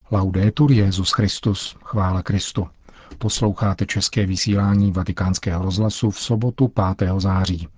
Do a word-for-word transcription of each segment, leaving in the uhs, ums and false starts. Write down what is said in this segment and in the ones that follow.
Laudetur Jesus Christus, chvála Kristu. Posloucháte české vysílání Vatikánského rozhlasu v sobotu pátého září.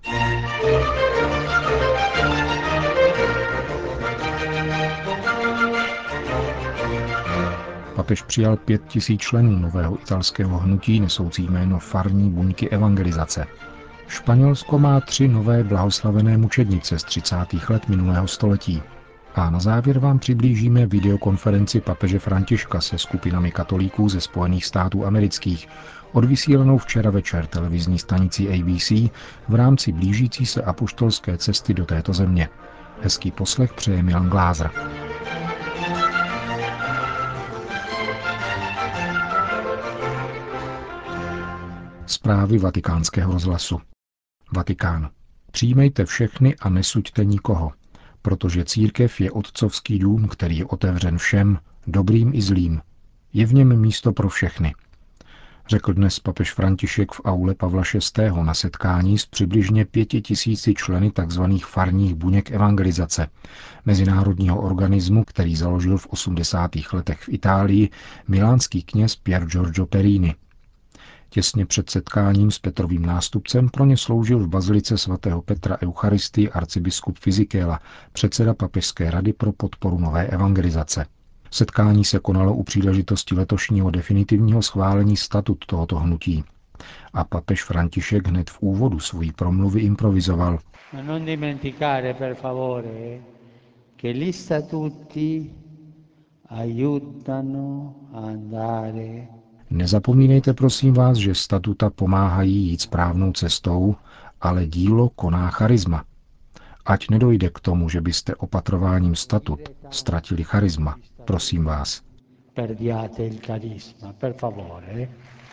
Papež přijal pět tisíc členů nového italského hnutí nesoucí jméno Farní buňky evangelizace. Španělsko má tři nové blahoslavené mučednice z třicátých let minulého století. A na závěr vám přiblížíme videokonferenci papeže Františka se skupinami katolíků ze Spojených států amerických, odvysílanou včera večer televizní stanicí A B C v rámci blížící se apoštolské cesty do této země. Hezký poslech přeje Milan Glázer. Zprávy Vatikánského rozhlasu. Vatikán. Přijmejte všechny a nesuďte nikoho, protože církev je otcovský dům, který je otevřen všem, dobrým i zlým. Je v něm místo pro všechny. Řekl dnes papež František v aule Pavla šestého. na setkání s přibližně pěti tisíci členy tzv. Farních buněk evangelizace, mezinárodního organismu, který založil v osmdesátých letech v Itálii milánský kněz Pier Giorgio Perini. Těsně před setkáním s Petrovým nástupcem pro ně sloužil v bazilice svatého Petra Eucharistii arcibiskup Fisichella, předseda papežské rady pro podporu nové evangelizace. Setkání se konalo u příležitosti letošního definitivního schválení statut tohoto hnutí. A papež František hned v úvodu svojí promluvy improvizoval. Non dimenticare per favore che gli statuti aiutano a andare. Nezapomínejte prosím vás, že statuta pomáhají jít správnou cestou, ale dílo koná charisma. Ať nedojde k tomu, že byste opatrováním statut ztratili charisma, prosím vás. Perdiate il carisma, per favore.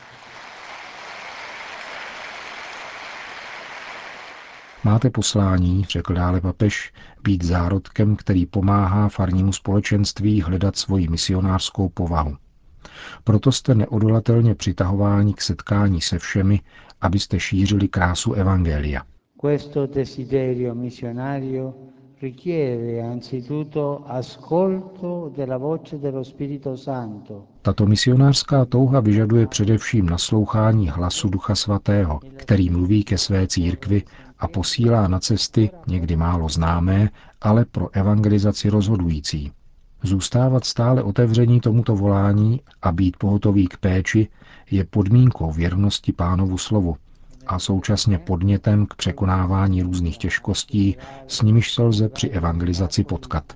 Máte poslání, řekl dále papež, být zárodkem, který pomáhá farnímu společenství hledat svoji misionářskou povahu. Proto jste neodolatelně přitahováni k setkání se všemi, abyste šířili krásu evangelia. Questo desiderio missionario richiede anzitutto ascolto della voce dello Spirito Santo. Tato misionářská touha vyžaduje především naslouchání hlasu Ducha Svatého, který mluví ke své církvi a posílá na cesty někdy málo známé, ale pro evangelizaci rozhodující. Zůstávat stále otevření tomuto volání a být pohotový k péči je podmínkou věrnosti Pánovu slovu a současně podnětem k překonávání různých těžkostí, s nimiž se lze při evangelizaci potkat.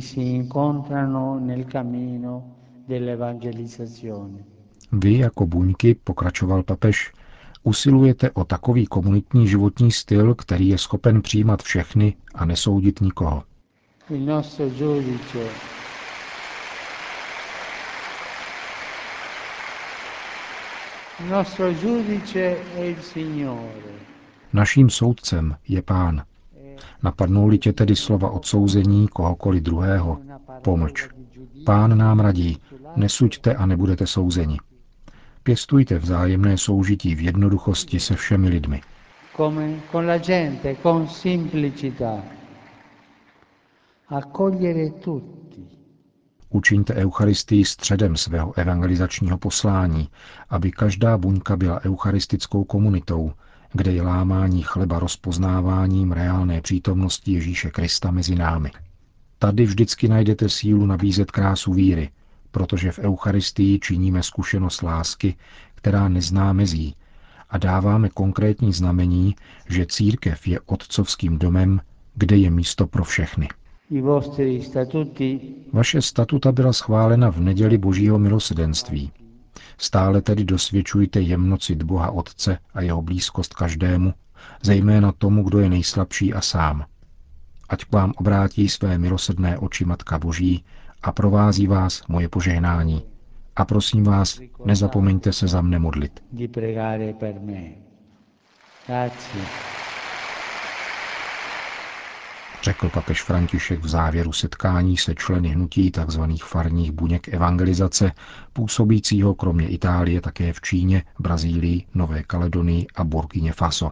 Vy jako buňky, pokračoval papež, usilujete o takový komunitní životní styl, který je schopen přijímat všechny a nesoudit nikoho. Naším soudcem je Pán. Napadnou-li tě tedy slova odsouzení kohokoliv druhého, pomlč. Pán nám radí, nesuďte a nebudete souzeni. Pěstujte vzájemné soužití v jednoduchosti se všemi lidmi. Učiňte Eucharistii středem svého evangelizačního poslání, aby každá buňka byla eucharistickou komunitou, kde je lámání chleba rozpoznáváním reálné přítomnosti Ježíše Krista mezi námi. Tady vždycky najdete sílu nabízet krásu víry, protože v Eucharistii činíme zkušenost lásky, která nezná mezí, a dáváme konkrétní znamení, že církev je otcovským domem, kde je místo pro všechny. Vaše statuta byla schválena v neděli Božího milosrdenství. Stále tedy dosvědčujte jemnocit Boha Otce a jeho blízkost každému, zejména tomu, kdo je nejslabší a sám. Ať k vám obrátí své milosrdné oči Matka Boží a provází vás moje požehnání. A prosím vás, nezapomeňte se za mne modlit. Řekl papež František v závěru setkání se členy hnutí tzv. Farních buněk evangelizace, působícího kromě Itálie také v Číně, Brazílii, Nové Kaledonii a Burkině Faso.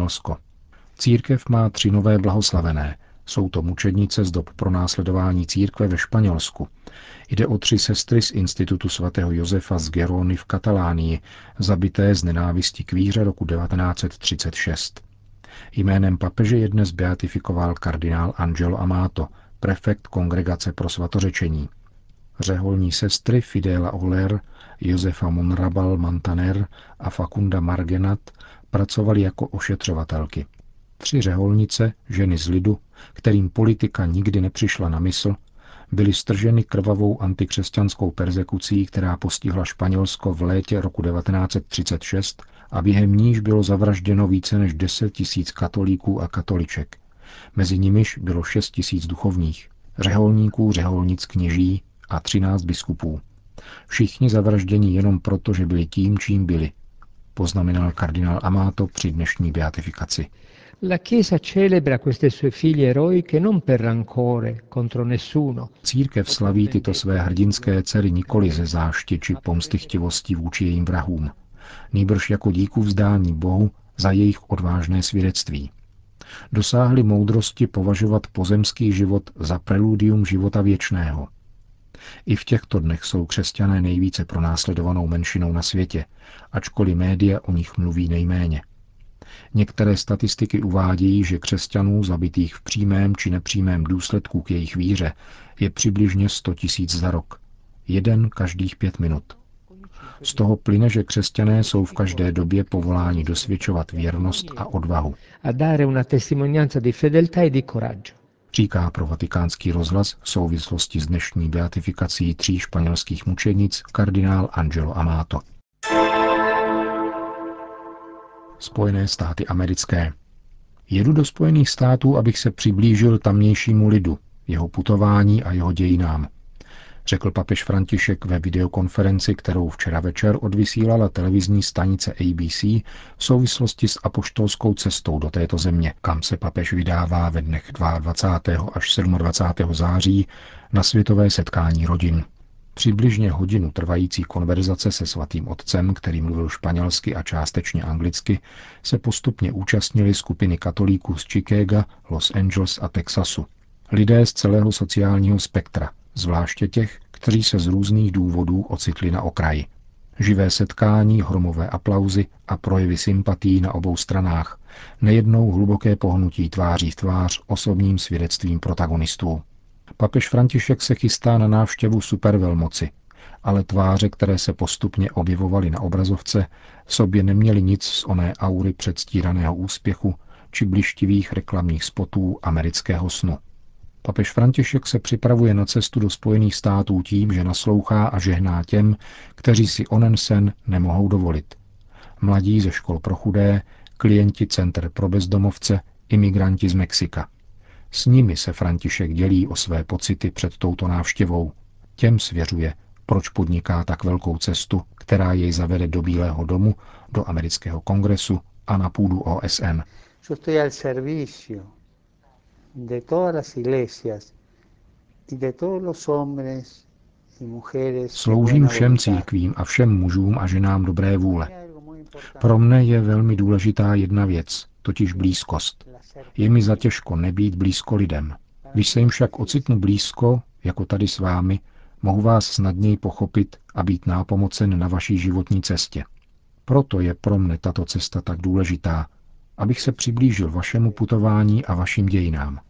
Španělsko. Církev má tři nové blahoslavené. Jsou to mučednice z dob pronásledování církve ve Španělsku. Jde o tři sestry z Institutu svatého Josefa z Gerony v Katalánii, zabité z nenávisti k víře roku devatenáct set třicet šest. Jménem papeže je dnes beatifikoval kardinál Angelo Amato, prefekt Kongregace pro svatořečení. Řeholní sestry Fidela Oler, Josefa Monrabal Mantaner a Facunda Margenat pracovali jako ošetřovatelky. Tři řeholnice, ženy z lidu, kterým politika nikdy nepřišla na mysl, byly strženy krvavou antikřesťanskou perzekucí, která postihla Španělsko v létě roku devatenáct set třicet šest a během níž bylo zavražděno více než deset tisíc katolíků a katoliček. Mezi nimiž bylo šest tisíc duchovních, řeholníků, řeholnic, kněží a třináct biskupů. Všichni zavražděni jenom proto, že byli tím, čím byli, poznamenal kardinál Amato při dnešní beatifikaci. La Chiesa celebra queste sue figlie eroiche non per rancore contro nessuno. Církev slaví tyto své hrdinské dcery nikoli ze záště či pomstychtivosti vůči jejím vrahům, nýbrž jako díku vzdání Bohu za jejich odvážné svědectví. Dosáhli moudrosti považovat pozemský život za preludium života věčného. I v těchto dnech jsou křesťané nejvíce pronásledovanou menšinou na světě, ačkoliv média o nich mluví nejméně. Některé statistiky uvádějí, že křesťanů zabitých v přímém či nepřímém důsledku k jejich víře je přibližně sto tisíc za rok. Jeden každých pět minut. Z toho plyne, že křesťané jsou v každé době povoláni dosvědčovat věrnost a odvahu. Říká pro Vatikánský rozhlas v souvislosti s dnešní beatifikací tří španělských mučednic kardinál Angelo Amato. Spojené státy americké. Jedu do Spojených států, abych se přiblížil tamnějšímu lidu, jeho putování a jeho dějinám, řekl papež František ve videokonferenci, kterou včera večer odvysílala televizní stanice A B C v souvislosti s apoštolskou cestou do této země, kam se papež vydává ve dnech dvacátého druhého až dvacátého sedmého září na světové setkání rodin. Přibližně hodinu trvající konverzace se svatým otcem, který mluvil španělsky a částečně anglicky, se postupně účastnili skupiny katolíků z Chicaga, Los Angeles a Texasu. Lidé z celého sociálního spektra, zvláště těch, kteří se z různých důvodů ocitli na okraji. Živé setkání, hromové aplauzy a projevy sympatií na obou stranách, nejednou hluboké pohnutí tváří v tvář osobním svědectvím protagonistů. Papež František se chystá na návštěvu supervelmoci, ale tváře, které se postupně objevovaly na obrazovce, v sobě neměly nic z oné aury předstíraného úspěchu či blištivých reklamních spotů amerického snu. Papež František se připravuje na cestu do Spojených států tím, že naslouchá a žehná těm, kteří si onen sen nemohou dovolit. Mladí ze škol pro chudé, klienti center pro bezdomovce, imigranti z Mexika. S nimi se František dělí o své pocity před touto návštěvou. Těm svěřuje, proč podniká tak velkou cestu, která jej zavede do Bílého domu, do amerického kongresu a na půdu O S N. de todas las iglesias y de todos los hombres y mujeres. Sloužím všem církvím a všem mužům a ženám dobré vůle. Pro mne je velmi důležitá jedna věc, totiž blízkost. Je mi zatěžko nebýt blízko lidem. Když se jim však ocitnu blízko, jako tady s vámi, mohu vás snadněji pochopit a být nápomocen na vaší životní cestě. Proto je pro mne tato cesta tak důležitá, abych se přiblížil vašemu putování a vašim dějinám.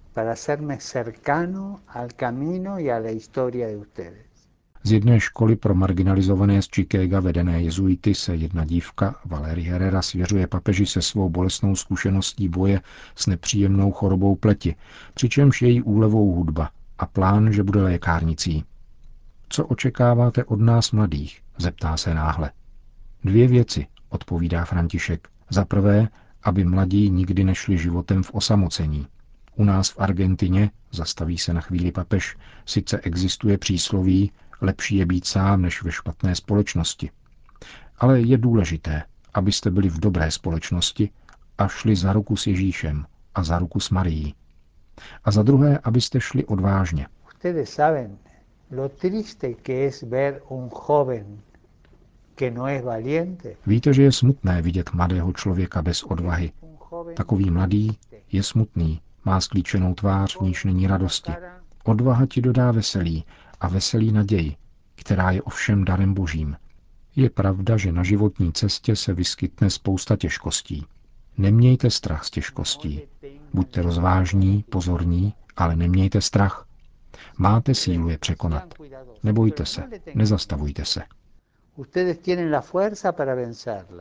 Z jedné školy pro marginalizované z Chicaga vedené jezuity se jedna dívka, Valerie Herrera, svěřuje papeži se svou bolestnou zkušeností boje s nepříjemnou chorobou pleti, přičemž její úlevou hudba a plán, že bude lékárnicí. Co očekáváte od nás mladých? Zeptá se náhle. Dvě věci, odpovídá František. Za prvé, aby mladí nikdy nešli životem v osamocení. U nás v Argentině, zastaví se na chvíli papež, sice existuje přísloví, lepší je být sám než ve špatné společnosti. Ale je důležité, abyste byli v dobré společnosti a šli za ruku s Ježíšem a za ruku s Marií. A za druhé, abyste šli odvážně. Ustedes saben lo triste que es ver un joven que no es valiente. Víte, že je smutné vidět mladého člověka bez odvahy. Takový mladý je smutný, má sklíčenou tvář, v níž není radosti. Odvaha ti dodá veselí a veselí naději, která je ovšem darem božím. Je pravda, že na životní cestě se vyskytne spousta těžkostí. Nemějte strach z těžkostí. Buďte rozvážní, pozorní, ale nemějte strach. Máte sílu je překonat. Nebojte se, nezastavujte se. Ustedes tienen la fuerza para vencerla.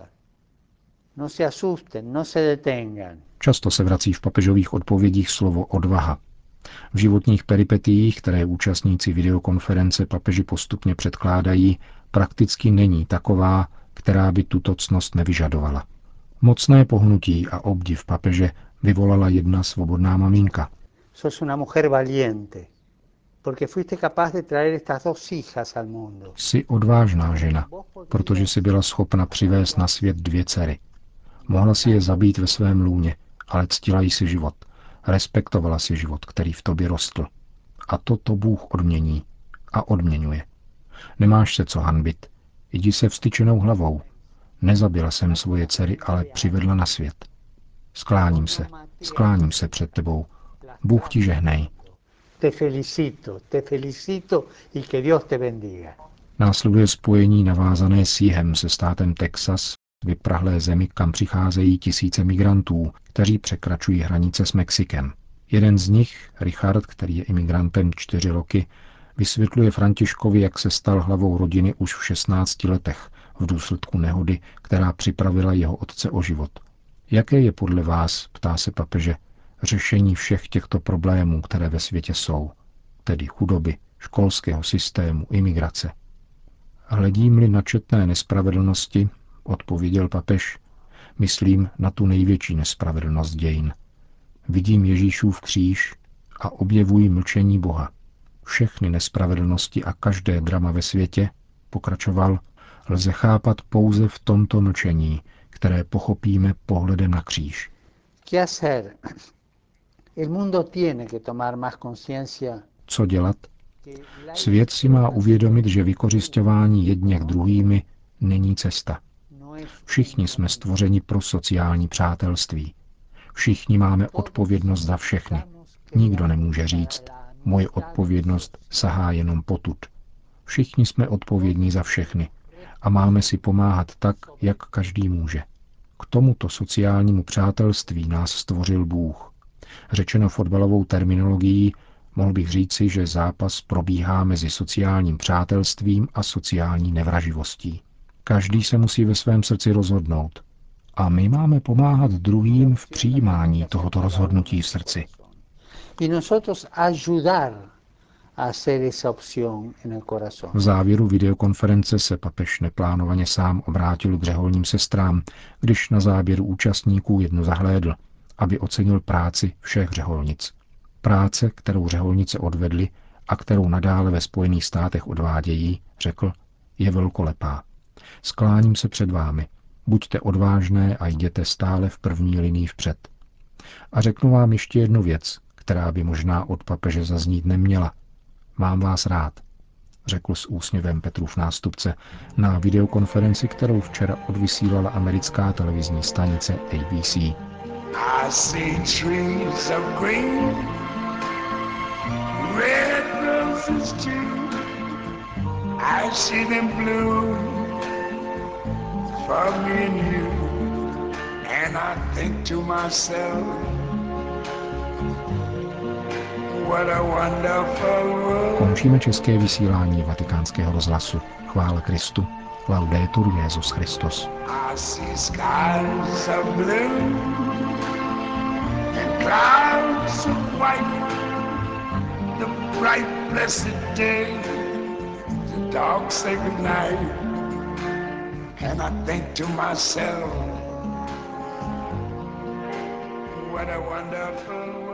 No se asusten, no se detengan. Často se vrací v papežových odpovědích slovo odvaha. V životních peripetiích, které účastníci videokonference papeži postupně předkládají, prakticky není taková, která by tuto ctnost nevyžadovala. Mocné pohnutí a obdiv papeže vyvolala jedna svobodná maminka. Sos una mujer valiente, porque fuiste capaz de traer estas dos hijas al mundo. Jsi odvážná žena, protože jsi byla schopna přivést na svět dvě dcery. Mohla si je zabít ve svém lůně, ale ctila jí si život. Respektovala si život, který v tobě rostl. A toto Bůh odmění. A odměňuje. Nemáš se co hanbit. Jdi se vstyčenou hlavou. Nezabila jsem svoje dcery, ale přivedla na svět. Skláním se, skláním se před tebou. Bůh ti žehnej. Te felicito, te felicito y que Dios te bendiga. Následuje spojení navázané s jihem se státem Texas, vyprahlé zemi, kam přicházejí tisíce migrantů, kteří překračují hranice s Mexikem. Jeden z nich, Richard, který je imigrantem čtyři roky, vysvětluje Františkovi, jak se stal hlavou rodiny už v šestnácti letech v důsledku nehody, která připravila jeho otce o život. Jaké je podle vás, ptá se papeže, řešení všech těchto problémů, které ve světě jsou, tedy chudoby, školského systému, imigrace? Hledím-li na četné nespravedlnosti, odpověděl papež, myslím na tu největší nespravedlnost dějin. Vidím Ježíšův kříž a objevuji mlčení Boha. Všechny nespravedlnosti a každé drama ve světě, pokračoval, lze chápat pouze v tomto mlčení, které pochopíme pohledem na kříž. Co dělat? Svět si má uvědomit, že vykořisťování jedněch druhými není cesta. Všichni jsme stvořeni pro sociální přátelství. Všichni máme odpovědnost za všechny. Nikdo nemůže říct, moje odpovědnost sahá jenom potud. Všichni jsme odpovědní za všechny a máme si pomáhat tak, jak každý může. K tomuto sociálnímu přátelství nás stvořil Bůh. Řečeno fotbalovou terminologií, mohl bych říci, že zápas probíhá mezi sociálním přátelstvím a sociální nevraživostí. Každý se musí ve svém srdci rozhodnout. A my máme pomáhat druhým v přijímání tohoto rozhodnutí v srdci. V závěru videokonference se papež neplánovaně sám obrátil k řeholním sestrám, když na záběr účastníků jednu zahlédl, aby ocenil práci všech řeholnic. Práce, kterou řeholnice odvedly a kterou nadále ve Spojených státech odvádějí, řekl, je velkolepá. Skláním se před vámi. Buďte odvážné a jděte stále v první linii vpřed. A řeknu vám ještě jednu věc, která by možná od papeže zaznít neměla. Mám vás rád, řekl s úsměvem Petrův nástupce na videokonferenci, kterou včera odvysílala americká televizní stanice A B C. I see trees of green, red roses too. I see them blue for me and you. And I think to myself, what a wonderful world. Končíme české vysílání Vatikánského rozhlasu. Chvála Kristu. Laudetur Jesus Christus. I see skies of blue and clouds of white. The bright blessed day, the dark sacred night. And I think to myself, what a wonderful